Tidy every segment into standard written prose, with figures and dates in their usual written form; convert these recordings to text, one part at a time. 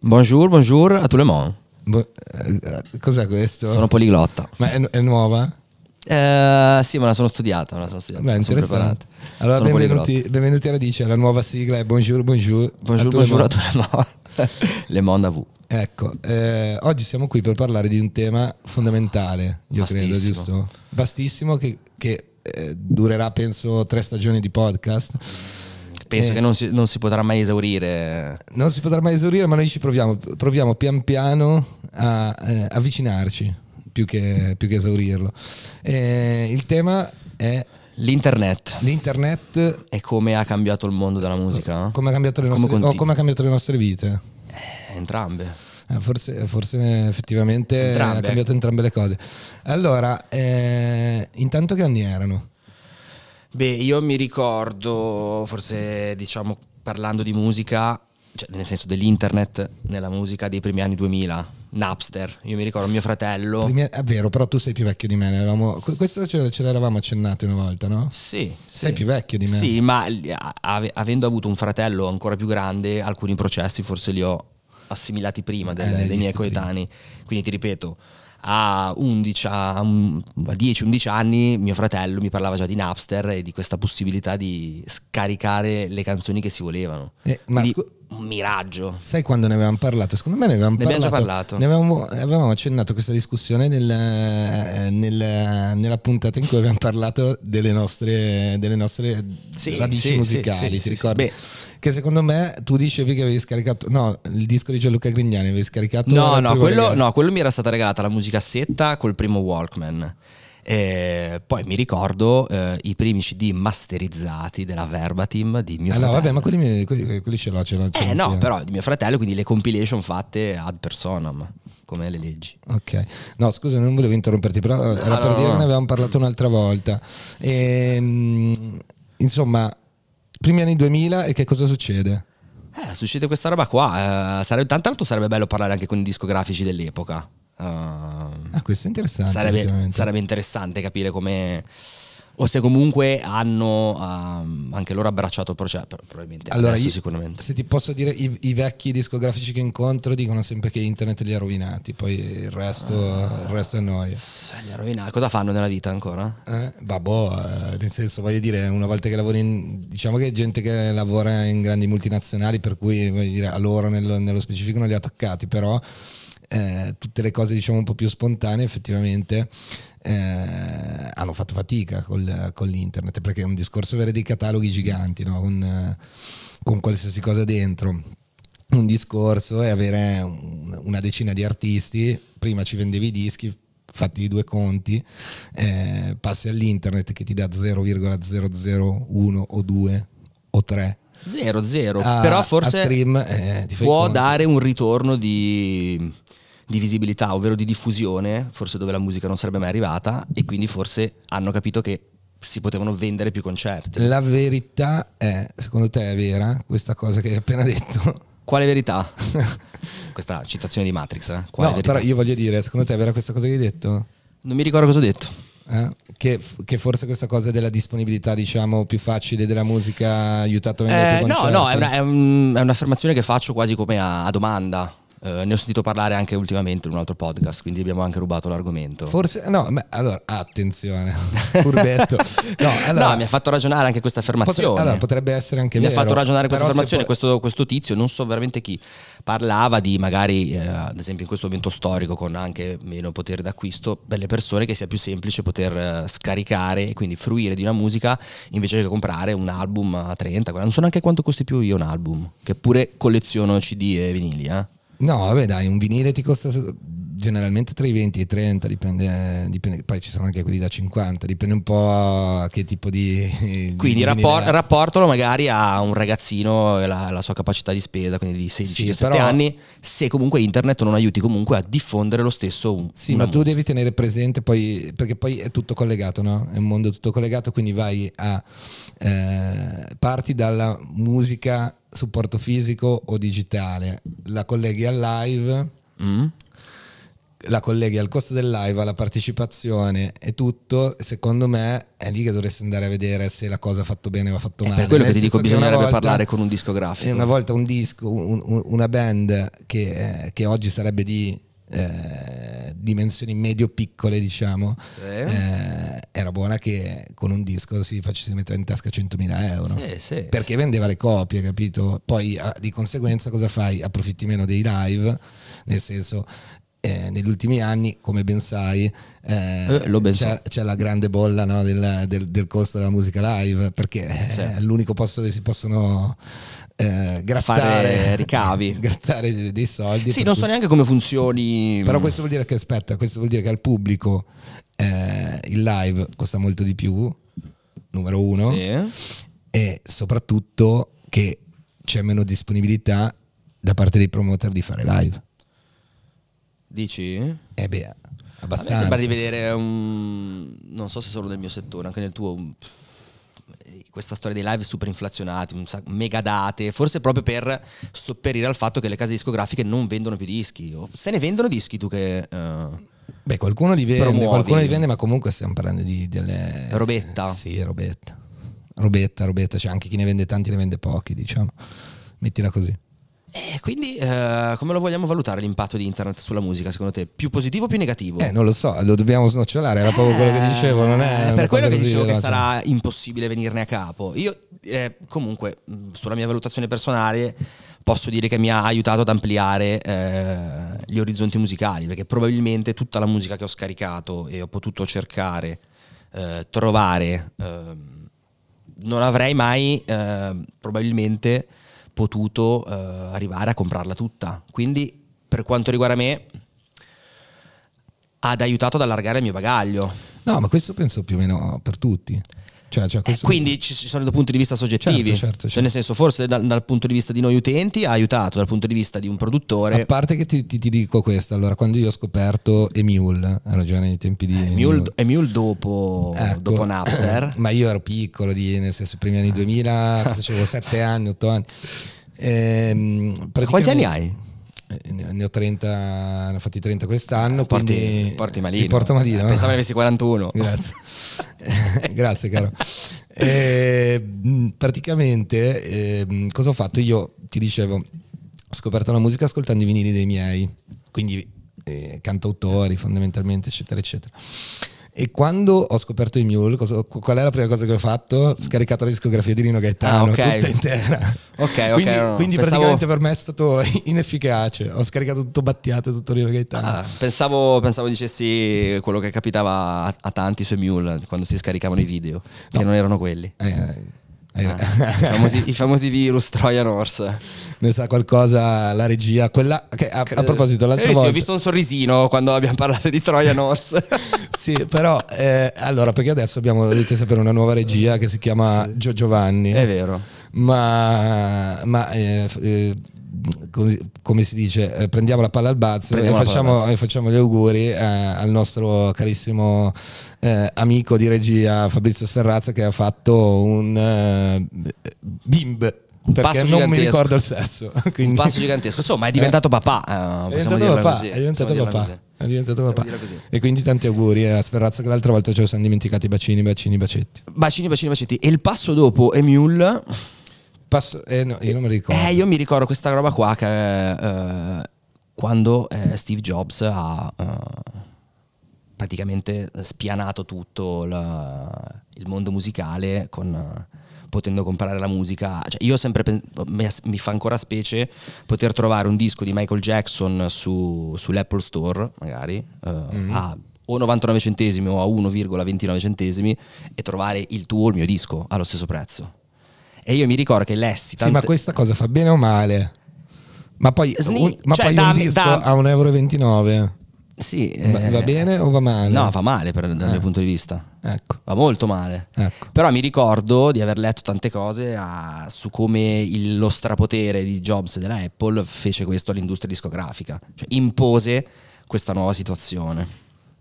Bonjour, bonjour a tout le monde. Cos'è questo? Sono poliglotta. Ma è nuova? Sì, me la sono studiata. Beh, sono interessante. preparato. Allora, Sono benvenuti a Radice, la nuova sigla è Bonjour, bonjour. Bonjour, bonjour a tout le monde. Le monde à vous. Ecco, oggi siamo qui per parlare di un tema fondamentale, io credo, Vastissimo. giusto? Vastissimo che durerà, penso, 3 stagioni di podcast. Penso che non si potrà mai esaurire. Non si potrà mai esaurire, ma noi ci proviamo pian piano a avvicinarci più che esaurirlo. Il tema è L'internet. l'internet. E come ha cambiato il mondo della musica? Come ha cambiato le come ha cambiato le nostre vite? Entrambe. Forse effettivamente Entrambe, ha cambiato entrambe le cose. Allora, intanto che anni erano? Beh, io mi ricordo, forse diciamo parlando di musica, cioè nel senso dell'internet nella musica dei primi anni 2000, Napster. Io mi ricordo mio fratello. È vero, però tu sei più vecchio di me. Questo ce l'eravamo accennato una volta, no? Sì. Sei più vecchio di me. Sì, ma avendo avuto un fratello ancora più grande, alcuni processi forse li ho assimilati prima dei miei coetanei. Quindi ti ripeto, a 10-11 anni mio fratello mi parlava già di Napster e di questa possibilità di scaricare le canzoni che si volevano. Un miraggio. Sai quando ne avevamo parlato? Secondo me ne avevamo già parlato. Avevamo accennato questa discussione nella puntata in cui abbiamo parlato delle nostre radici musicali, ti ricordi? Beh, che secondo me tu dicevi che avevi scaricato il disco di Gianluca Grignani avevi scaricato. Quello mi era stata regalata la musicassetta col primo Walkman. Poi mi ricordo i primi CD masterizzati della Verbatim di mio fratello. No, vabbè, ma quelli ce l'ho. No, però di mio fratello, quindi le compilation fatte ad personam, come le leggi. Ok, no, scusa, non volevo interromperti, però era per dire che ne avevamo parlato un'altra volta. Insomma, primi anni 2000 e che cosa succede? Succede questa roba qua. Tanto sarebbe bello parlare anche con i discografici dell'epoca. Questo è interessante. Sarebbe interessante capire come, o se comunque hanno anche loro abbracciato il processo. Probabilmente allora adesso sicuramente. Se ti posso dire, i vecchi discografici che incontro dicono sempre che internet li ha rovinati, poi il resto è noia. Li ha rovinati. Cosa fanno nella vita ancora? Nel senso, voglio dire, una volta che lavori diciamo che è gente che lavora in grandi multinazionali, per cui voglio dire, a loro nello specifico non li ha toccati, però tutte le cose diciamo un po' più spontanee effettivamente hanno fatto fatica con l'internet, perché è un discorso avere dei cataloghi giganti, no? Con qualsiasi cosa dentro. Un discorso è avere una decina di artisti. Prima ci vendevi i dischi, fatti i 2 conti, passi all'internet che ti dà 0,001 o 2 o 3 0 però forse stream, può dare un ritorno di visibilità, ovvero di diffusione, forse dove la musica non sarebbe mai arrivata, e quindi forse hanno capito che si potevano vendere più concerti. La verità è, secondo te è vera questa cosa che hai appena detto? Quale verità? Questa citazione di Matrix, No, verità? Però io voglio dire, secondo te è vera questa cosa che hai detto? Non mi ricordo cosa ho detto. Che forse questa cosa della disponibilità diciamo più facile della musica ha aiutato a vendere più concerti? No, è un'affermazione che faccio quasi come a domanda. Ne ho sentito parlare anche ultimamente in un altro podcast, quindi abbiamo anche rubato l'argomento. Forse allora attenzione, furbetto. Mi ha fatto ragionare anche questa affermazione. Potrebbe essere anche vero. Mi ha fatto ragionare questa però affermazione. Questo tizio, non so veramente chi, parlava di magari ad esempio in questo momento storico con anche meno potere d'acquisto per le persone, che sia più semplice poter scaricare e quindi fruire di una musica invece che comprare un album a 30. Non so neanche quanto costi più io un album, che pure colleziono CD e vinili. No, vabbè, dai, un vinile ti costa generalmente tra i 20 e i 30, dipende, poi ci sono anche quelli da 50, dipende un po' a che tipo di quindi rapportalo magari a un ragazzino e la sua capacità di spesa, quindi di 16-17 anni, se comunque internet non aiuti comunque a diffondere lo stesso ma musica. tu devi tenere presente poi, perché poi è tutto collegato, no? È un mondo tutto collegato, quindi vai a parti dalla musica supporto fisico o digitale, la colleghi al live, la colleghi al costo del live, alla partecipazione e tutto, secondo me è lì che dovresti andare a vedere se la cosa ha fatto bene o ha fatto male. Per quello Nel che ti dico, senso che bisognerebbe parlare con un discografico. una volta un disco, una band che oggi sarebbe di dimensioni medio-piccole, diciamo, era buona che con un disco si mettere in tasca 100.000 euro. Perché vendeva le copie, capito? Poi di conseguenza cosa fai? Approfitti meno dei live, nel senso... negli ultimi anni, come ben sai, c'è la grande bolla, no, del costo della musica live, perché è l'unico posto dove si possono grattare, fare ricavi, grattare dei soldi. Sì, non so neanche come funzioni. Però questo vuol dire che al pubblico il live costa molto di più, numero uno, e soprattutto che c'è meno disponibilità da parte dei promoter di fare live. Dici? Abbastanza. A me sembra di vedere non so se solo nel mio settore, anche nel tuo, questa storia dei live super inflazionati, mega date, forse proprio per sopperire al fatto che le case discografiche non vendono più dischi. O se ne vendono dischi tu che qualcuno li vende, ma comunque stiamo parlando di delle robetta. Sì, robetta, c'è anche chi ne vende tanti, ne vende pochi, diciamo. Mettila così. Quindi come lo vogliamo valutare l'impatto di internet sulla musica, secondo te? Più positivo o più negativo? Non lo so, lo dobbiamo snocciolare, era proprio quello che dicevo, non è per quello che dicevo veloce. Che sarà impossibile venirne a capo. Io comunque sulla mia valutazione personale posso dire che mi ha aiutato ad ampliare gli orizzonti musicali, perché probabilmente tutta la musica che ho scaricato e ho potuto cercare, trovare, non avrei mai probabilmente potuto arrivare a comprarla tutta. Quindi per quanto riguarda me ha aiutato ad allargare il mio bagaglio. No, ma questo penso più o meno per tutti. Cioè quindi ci sono due punti di vista soggettivi. Certo. Cioè nel senso, forse dal punto di vista di noi utenti ha aiutato, dal punto di vista di un produttore. A parte che ti dico questo, allora quando io ho scoperto Emule, ero già nei tempi di Emule dopo Napster. Ma io ero piccolo, nel senso primi anni 2000, facevo 7 anni, 8 anni. Quanti anni hai? Ne ho 30, ne ho fatti 30 quest'anno. Porti malino. Porto malino. Pensavo ne avessi 41. Grazie. Grazie caro. Praticamente cosa ho fatto? Io ti dicevo, ho scoperto la musica ascoltando i vinili dei miei, quindi cantautori fondamentalmente, eccetera eccetera. E quando ho scoperto i Mule, qual è la prima cosa che ho fatto? Ho scaricato la discografia di Rino Gaetano, tutta intera. Quindi praticamente per me è stato inefficace. Ho scaricato tutto Battiato, tutto Rino Gaetano. Pensavo dicessi quello che capitava a tanti sui Mule quando si scaricavano i video, che non erano quelli. I famosi virus Trojan Horse. Ne sa qualcosa la regia, quella che a proposito l'altra volta ho visto un sorrisino quando abbiamo parlato di Trojan Horse. Sì, però allora, perché adesso dovete sapere, una nuova regia che si chiama Gio Giovanni. È vero. Ma come si dice, prendiamo la palla al balzo e facciamo gli auguri al nostro carissimo amico di regia Fabrizio Sferrazza, che ha fatto un bimb, perché non mi ricordo il sesso. Quindi, un passo gigantesco. Insomma, è diventato papà. È diventato papà. E quindi tanti auguri a Sferrazza, che l'altra volta ce lo siamo dimenticati. Bacetti. Bacetti. E il passo dopo Emule. No, io non me lo ricordo. Io mi ricordo questa roba qua che quando Steve Jobs ha praticamente spianato tutto il mondo musicale potendo comprare la musica. Cioè, io ho sempre mi fa ancora specie poter trovare un disco di Michael Jackson sull'Apple Store, magari a o 99 centesimi o a 1,29 centesimi, e trovare il mio disco allo stesso prezzo. E io mi ricordo che lessi ma questa cosa fa bene o male? Ma poi un disco a 1,29 euro sì, va bene o va male? No, va male dal mio punto di vista. Ecco. Va molto male. Ecco. Però mi ricordo di aver letto tante cose su come lo strapotere di Jobs della Apple fece questo all'industria discografica, cioè impose questa nuova situazione.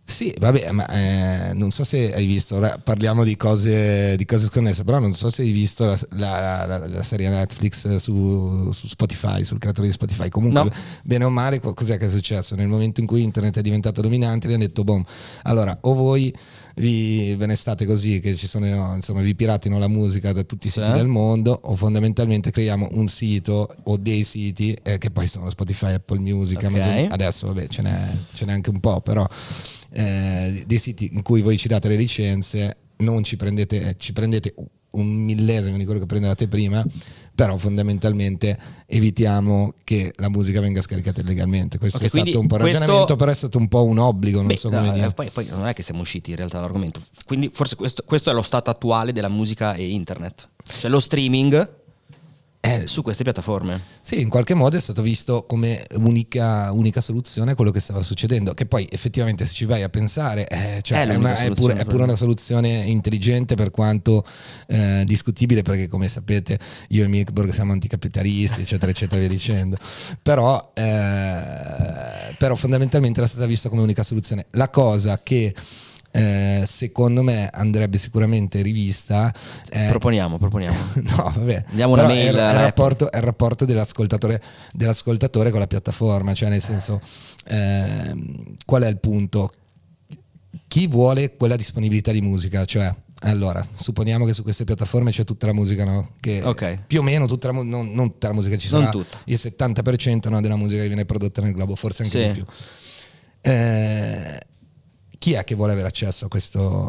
Sì, vabbè, ma non so se hai visto, ora parliamo di cose sconnesse, però non so se hai visto la serie Netflix su Spotify, sul creatore di Spotify. Comunque, No. bene o male, cos'è che è successo? Nel momento in cui internet è diventato dominante, gli hanno detto, boom, allora, o voi ve ne state così, che ci sono, insomma, vi piratino la musica da tutti i siti del mondo, o fondamentalmente creiamo un sito o dei siti, che poi sono Spotify, Apple Music, Amazon. Adesso, vabbè, ce n'è anche un po', però dei siti in cui voi ci date le licenze, non ci prendete un millesimo di quello che prendevate prima, però fondamentalmente evitiamo che la musica venga scaricata illegalmente. Questo è stato un po' il ragionamento, però è stato un po' un obbligo, non so come dire. Poi non è che siamo usciti in realtà dall'argomento, quindi forse questo è lo stato attuale della musica e internet, cioè lo streaming su queste piattaforme. Sì, in qualche modo è stato visto come unica soluzione a quello che stava succedendo, che poi effettivamente se ci vai a pensare è pure una soluzione intelligente, per quanto discutibile, perché come sapete io e Milkborg siamo anticapitalisti, eccetera eccetera, via dicendo, però fondamentalmente era stata vista come unica soluzione. La cosa che secondo me andrebbe sicuramente rivista. Proponiamo. No, vabbè. Diamo una mail. È il rapporto dell'ascoltatore con la piattaforma, cioè nel senso, qual è il punto? Chi vuole quella disponibilità di musica? Cioè, allora, supponiamo che su queste piattaforme c'è tutta la musica, no? Che più o meno tutta non tutta la musica, ci sarà il 70%, no, della musica che viene prodotta nel globo, forse anche di più. Chi è che vuole avere accesso a questo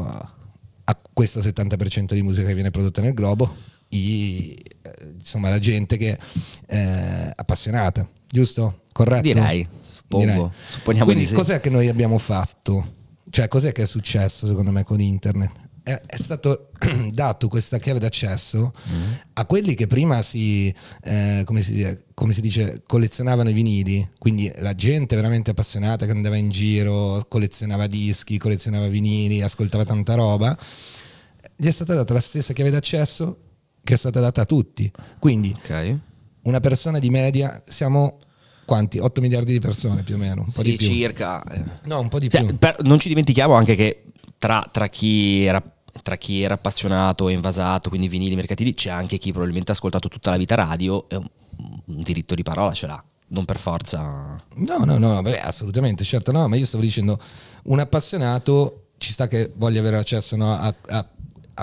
70% di musica che viene prodotta nel globo? Insomma, la gente che è appassionata, giusto? Corretto? Direi. Supponiamo. Quindi di sì. Cos'è che noi abbiamo fatto? Cioè, cos'è che è successo secondo me con internet? È stato dato questa chiave d'accesso a quelli che prima come si dice, collezionavano i vinili, quindi la gente veramente appassionata che andava in giro, collezionava dischi, collezionava vinili, ascoltava tanta roba. Gli è stata data la stessa chiave d'accesso che è stata data a tutti. Quindi una persona di media, siamo quanti? 8 miliardi di persone più o meno, un po' di più. Circa. No, un po' di più. Non ci dimentichiamo anche che tra chi era appassionato e invasato, quindi vinili, mercatili, c'è anche chi probabilmente ha ascoltato tutta la vita radio e un diritto di parola ce l'ha, non per forza. No, vabbè, assolutamente, certo, no, ma io stavo dicendo, un appassionato ci sta che voglia avere accesso, no, a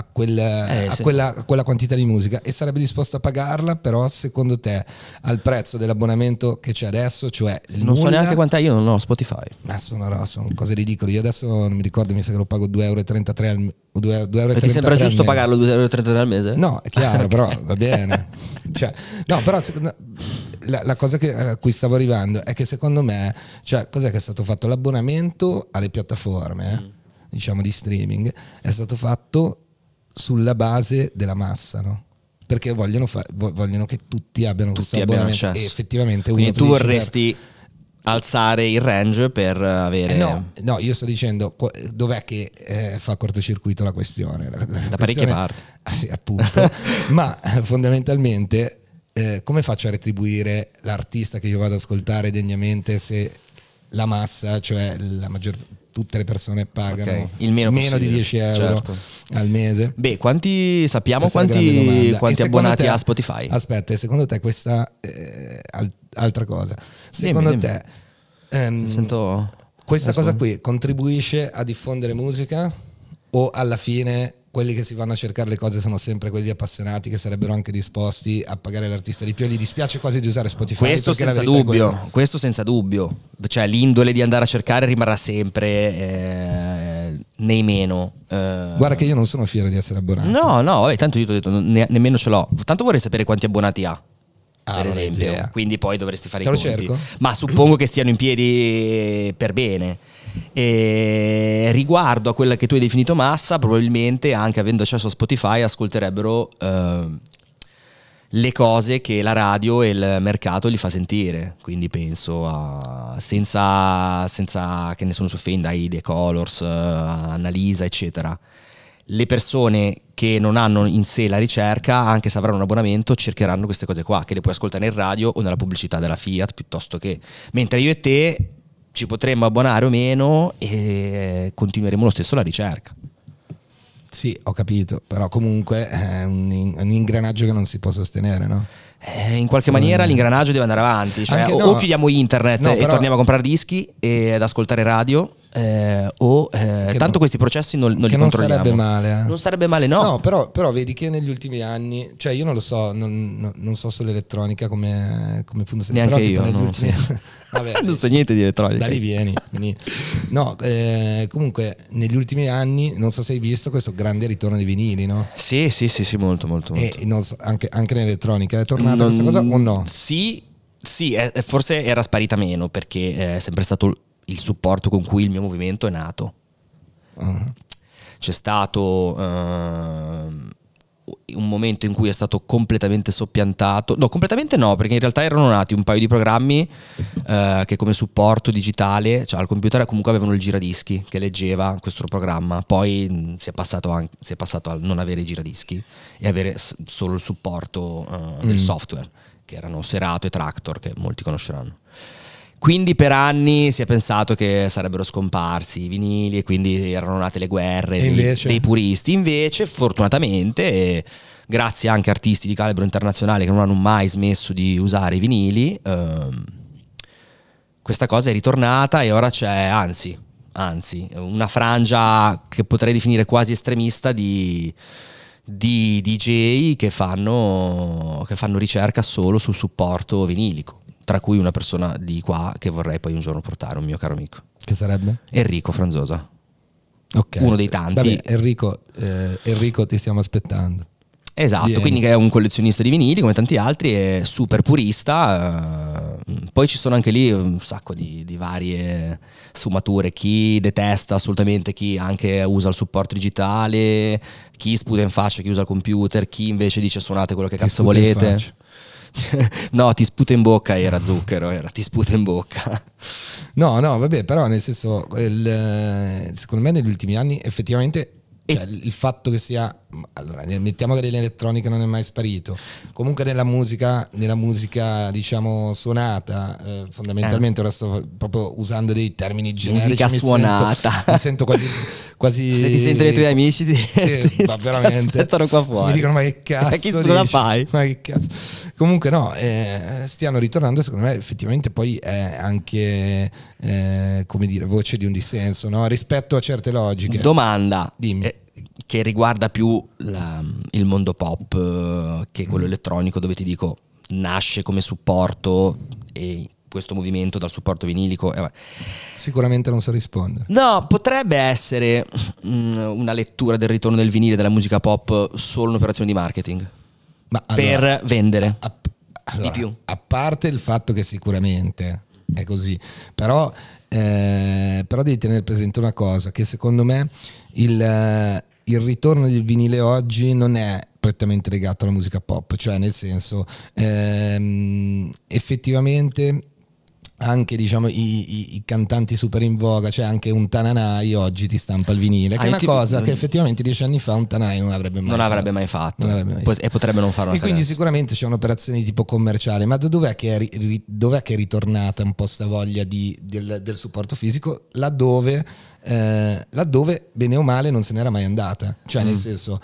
quella quantità di musica, e sarebbe disposto a pagarla, però secondo te al prezzo dell'abbonamento che c'è adesso, cioè non so neanche quant'è, io non ho Spotify, ma sono cose ridicole. Io adesso non mi ricordo, mi sa che lo pago 2,33 €, 2,33 €. Ti sembra giusto pagarlo 2,33 € al mese? No, è chiaro, però va bene. Cioè, no, però la cosa a cui stavo arrivando è che secondo me, cioè, cos'è che è stato fatto? L'abbonamento alle piattaforme, diciamo di streaming, è stato fatto sulla base della massa, no? Perché vogliono che tutti abbiano questo abbonamento, e effettivamente quindi tu vorresti alzare il range per avere no, io sto dicendo dov'è che fa cortocircuito la questione, da parecchie parti. Sì, appunto. Ma fondamentalmente come faccio a retribuire l'artista che io vado ad ascoltare degnamente se la massa, cioè tutte le persone pagano il meno di 10 euro al mese? Beh, sappiamo quanti abbonati ha Spotify? Aspetta, e secondo te questa altra cosa, secondo te questa cosa qui contribuisce a diffondere musica, o alla fine quelli che si vanno a cercare le cose sono sempre quelli appassionati che sarebbero anche disposti a pagare l'artista di più? Gli dispiace quasi di usare Spotify? Questo senza dubbio, cioè l'indole di andare a cercare rimarrà sempre nei meno. Guarda che io non sono fiero di essere abbonato. No, vabbè, tanto io ti ho detto nemmeno ce l'ho, tanto vorrei sapere quanti abbonati ha. Per esempio, quindi poi dovresti fare i conti. Cerco? Ma suppongo che stiano in piedi per bene. E riguardo a quella che tu hai definito massa, probabilmente anche avendo accesso a Spotify ascolterebbero le cose che la radio e il mercato gli fa sentire, quindi penso senza che nessuno si offenda, ai The Colors, a Annalisa eccetera. Le persone che non hanno in sé la ricerca, anche se avranno un abbonamento, cercheranno queste cose qua, che le puoi ascoltare in radio o nella pubblicità della Fiat, piuttosto che, mentre io e te ci potremmo abbonare o meno e continueremo lo stesso la ricerca. Sì, ho capito, però comunque è un ingranaggio che non si può sostenere, no? In qualche maniera l'ingranaggio deve andare avanti, cioè o chiudiamo internet e torniamo a comprare dischi e ad ascoltare radio, tanto questi processi non li controlliamo. Non sarebbe male. Non sarebbe male, no. No, però vedi che negli ultimi anni, cioè io non lo so, non so sull'elettronica come funziona. Neanche però, io, negli non ultimi... Vabbè, non so niente di elettronica. Da lì vieni. No, comunque negli ultimi anni, non so se hai visto questo grande ritorno dei vinili, no? Sì, molto. E non so, anche nell'elettronica è tornata questa cosa o no? Sì, forse era sparita meno perché è sempre stato il supporto con cui il mio movimento è nato. Uh-huh. C'è stato un momento in cui è stato completamente soppiantato. No, completamente no, perché in realtà erano nati un paio di programmi che come supporto digitale, cioè al computer comunque avevano il giradischi che leggeva questo programma. Poi si è passato a non avere i giradischi e avere solo il supporto del software, che erano Serato e Tractor, che molti conosceranno. Quindi per anni si è pensato che sarebbero scomparsi i vinili e quindi erano nate le guerre dei puristi. Invece, fortunatamente, grazie anche a artisti di calibro internazionale che non hanno mai smesso di usare i vinili, questa cosa è ritornata e ora c'è, anzi, una frangia che potrei definire quasi estremista di DJ che fanno ricerca solo sul supporto vinilico, tra cui una persona di qua che vorrei poi un giorno portare, un mio caro amico. Che sarebbe? Enrico Franzosa. Okay. Uno dei tanti. Vabbè, Enrico ti stiamo aspettando. Esatto, Vieni. Quindi che è un collezionista di vinili come tanti altri, è super purista. Poi ci sono anche lì un sacco di varie sfumature, chi detesta assolutamente chi anche usa il supporto digitale, chi sputa in faccia chi usa il computer, chi invece dice suonate quello che cazzo volete. No, ti sputa in bocca era Zucchero, ti sputa in bocca. No, vabbè, però nel senso, secondo me negli ultimi anni effettivamente, cioè, il fatto che sia, allora mettiamo che l'elettronica non è mai sparito, comunque nella musica diciamo suonata, fondamentalmente ora sto proprio usando dei termini generici, musica suonata, mi sento quasi se ti sentono i tuoi amici ma veramente aspettano qua fuori, mi dicono ma che cazzo chi cosa fai? Ma che cazzo. Comunque no, stiano ritornando, secondo me effettivamente poi è anche come dire, voce di un dissenso, no? Rispetto a certe logiche. Domanda, dimmi. Che riguarda più il mondo pop che quello elettronico, dove ti dico nasce come supporto e questo movimento dal supporto vinilico. Sicuramente non so rispondere. No, potrebbe essere una lettura del ritorno del vinile della musica pop solo un'operazione di marketing. Ma allora, per vendere di più. A parte il fatto che sicuramente è così, però devi tenere presente una cosa, che secondo me il ritorno del vinile oggi non è prettamente legato alla musica pop, cioè nel senso effettivamente anche diciamo i cantanti super in voga, cioè anche un Tananai oggi ti stampa il vinile, che è una cosa che effettivamente 10 anni fa un Tananai non avrebbe mai fatto. E potrebbe non farlo e anche quindi adesso. Sicuramente c'è un'operazione di tipo commerciale, ma da dov'è che è ritornata un po' sta voglia del supporto fisico, laddove bene o male non se n'era mai andata, cioè nel senso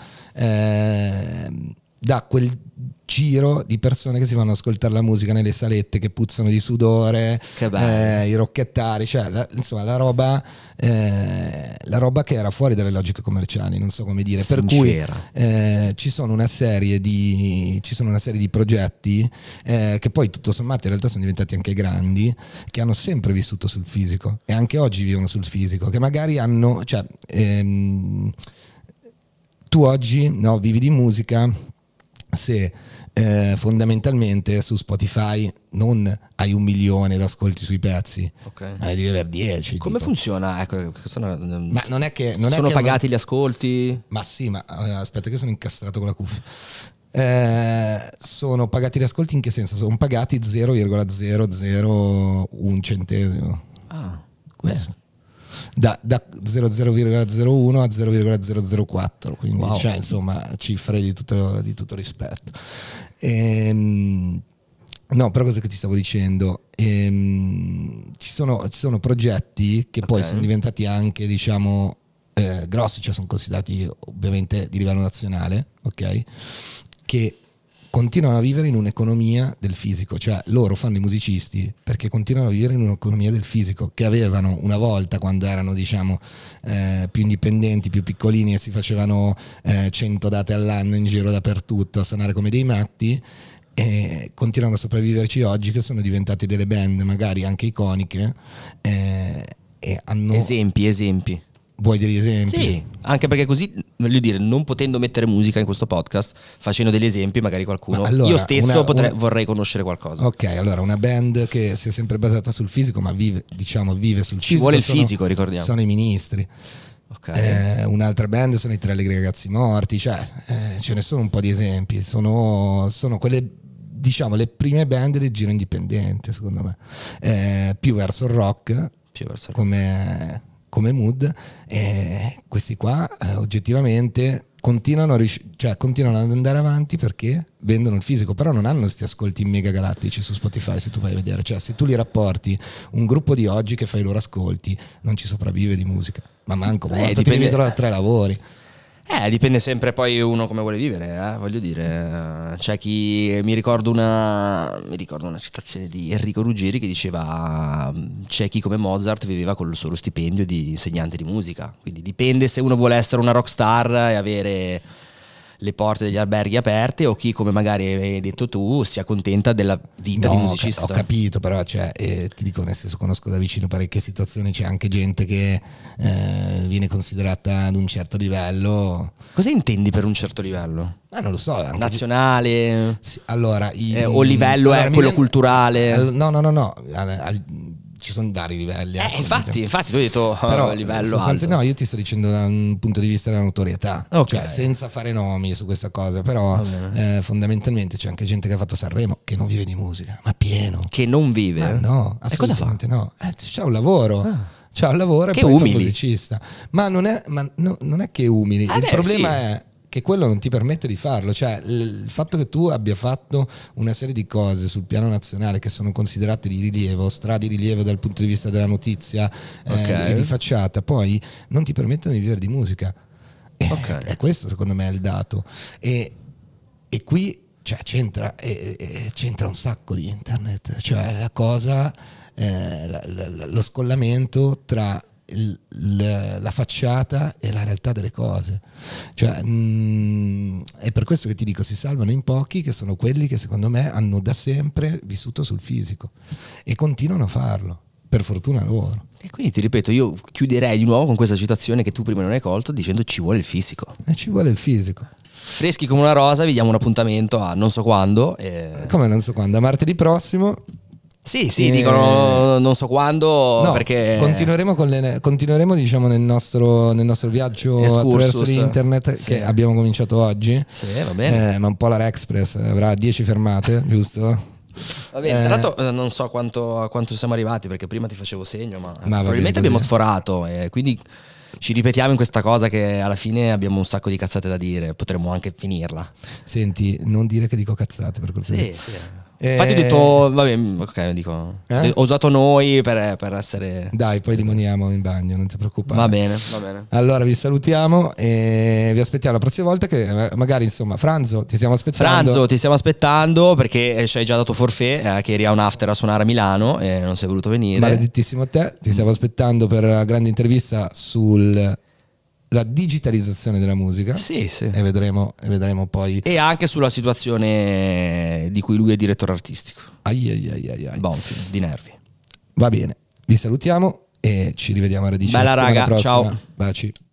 da quel giro di persone che si vanno ad ascoltare la musica nelle salette che puzzano di sudore, i rocchettari, cioè insomma la roba che era fuori dalle logiche commerciali, non so come dire. Sincera. Per cui ci sono una serie di progetti che poi tutto sommato in realtà sono diventati anche grandi, che hanno sempre vissuto sul fisico e anche oggi vivono sul fisico, che magari hanno, cioè tu oggi vivi di musica se fondamentalmente su Spotify non hai 1 milione di ascolti sui pezzi, okay, ma ne devi avere 10. Come tipo. Funziona? Ecco, ma non è che sono pagati gli ascolti? Ma sì, ma aspetta che sono incastrato con la cuffia. Sono pagati gli ascolti in che senso? Sono pagati 0,001 centesimo. Questo. Da 0,001 a 0,004, quindi cioè, insomma cifre di tutto rispetto. No, però cosa che ti stavo dicendo, ci sono progetti che poi sono diventati anche, diciamo, grossi, cioè sono considerati ovviamente di livello nazionale, ok? Che continuano a vivere in un'economia del fisico, cioè loro fanno i musicisti perché continuano a vivere in un'economia del fisico che avevano una volta quando erano, diciamo, più indipendenti, più piccolini e si facevano 100 date all'anno in giro dappertutto a suonare come dei matti, e continuano a sopravviverci oggi che sono diventati delle band magari anche iconiche, e hanno... Esempi. Vuoi degli esempi? Sì, anche perché così, voglio dire, non potendo mettere musica in questo podcast, facendo degli esempi, magari qualcuno, allora, io stesso vorrei conoscere qualcosa. Ok, allora una band che si è sempre basata sul fisico, ma vive sul fisico. Ci vuole il fisico, ricordiamo. Sono i Ministri. Okay. Un'altra band sono i Tre Allegri Ragazzi Morti, cioè ce ne sono un po' di esempi. Sono quelle, diciamo, le prime band del giro indipendente, secondo me, più verso il rock, come mood, e questi qua oggettivamente continuano ad andare avanti perché vendono il fisico, però non hanno questi ascolti mega galattici su Spotify, se tu vai a vedere, cioè se tu li rapporti un gruppo di oggi che fa i loro ascolti non ci sopravvive di musica, ma manco dipende da 3 lavori. Dipende sempre poi uno come vuole vivere, voglio dire, c'è chi, mi ricordo una citazione di Enrico Ruggeri che diceva c'è chi come Mozart viveva con il solo stipendio di insegnante di musica, quindi dipende se uno vuole essere una rockstar e avere le porte degli alberghi aperte, o chi, come magari hai detto tu, si accontenta della vita di musicista. Ho capito, però ti dico, nel senso, conosco da vicino parecchie situazioni, c'è anche gente che viene considerata ad un certo livello. Cosa intendi per un certo livello? Non lo so, nazionale? Sì, allora, o livello è quello culturale? No. Ci sono vari livelli. Infatti tu hai detto però, livello alto. No, io ti sto dicendo da un punto di vista della notorietà, cioè, senza fare nomi su questa cosa, però fondamentalmente c'è anche gente che ha fatto Sanremo che non vive di musica, ma pieno. Che non vive? No, assolutamente no. C'ha un lavoro. C'ha un lavoro e che poi umili. fa musicista. Ma non è che umili. Il problema è che quello non ti permette di farlo, cioè il fatto che tu abbia fatto una serie di cose sul piano nazionale che sono considerate di rilievo, di rilievo dal punto di vista della notizia e di facciata, poi non ti permettono di vivere di musica. E questo secondo me è il dato. E qui c'entra un sacco di internet, cioè la cosa, lo scollamento tra la facciata e la realtà delle cose, cioè è per questo che ti dico, si salvano in pochi, che sono quelli che secondo me hanno da sempre vissuto sul fisico e continuano a farlo, per fortuna loro. E quindi ti ripeto, io chiuderei di nuovo con questa citazione che tu prima non hai colto, dicendo ci vuole il fisico. Ci vuole il fisico. Freschi come una rosa, vi diamo un appuntamento a non so quando. Come non so quando? A martedì prossimo. Sì, dicono non so quando, perché continueremo diciamo nel nostro viaggio attraverso l'internet, che abbiamo cominciato oggi. Sì, va bene. Ma un Polar Express avrà 10 fermate, giusto? Va bene, tra l'altro non so a quanto siamo arrivati, perché prima ti facevo segno, ma probabilmente abbiamo sforato, e quindi ci ripetiamo in questa cosa che alla fine abbiamo un sacco di cazzate da dire, potremmo anche finirla. Senti, non dire che dico cazzate, per colpa sì. Infatti ho detto, vabbè, ho usato noi per essere... Dai, poi rimaniamo in bagno, non ti preoccupare. Va bene. Allora vi salutiamo e vi aspettiamo la prossima volta, che magari, insomma, Franzo, ti stiamo aspettando perché ci hai già dato forfait, che eri a un after a suonare a Milano e non sei voluto venire. Maledettissimo te, ti stiamo aspettando per la grande intervista sulla digitalizzazione della musica. Sì. E vedremo poi. E anche sulla situazione di cui lui è direttore artistico. Bonfim, di nervi. Va bene, vi salutiamo e ci rivediamo a Radice. Bella raga, ciao. Baci.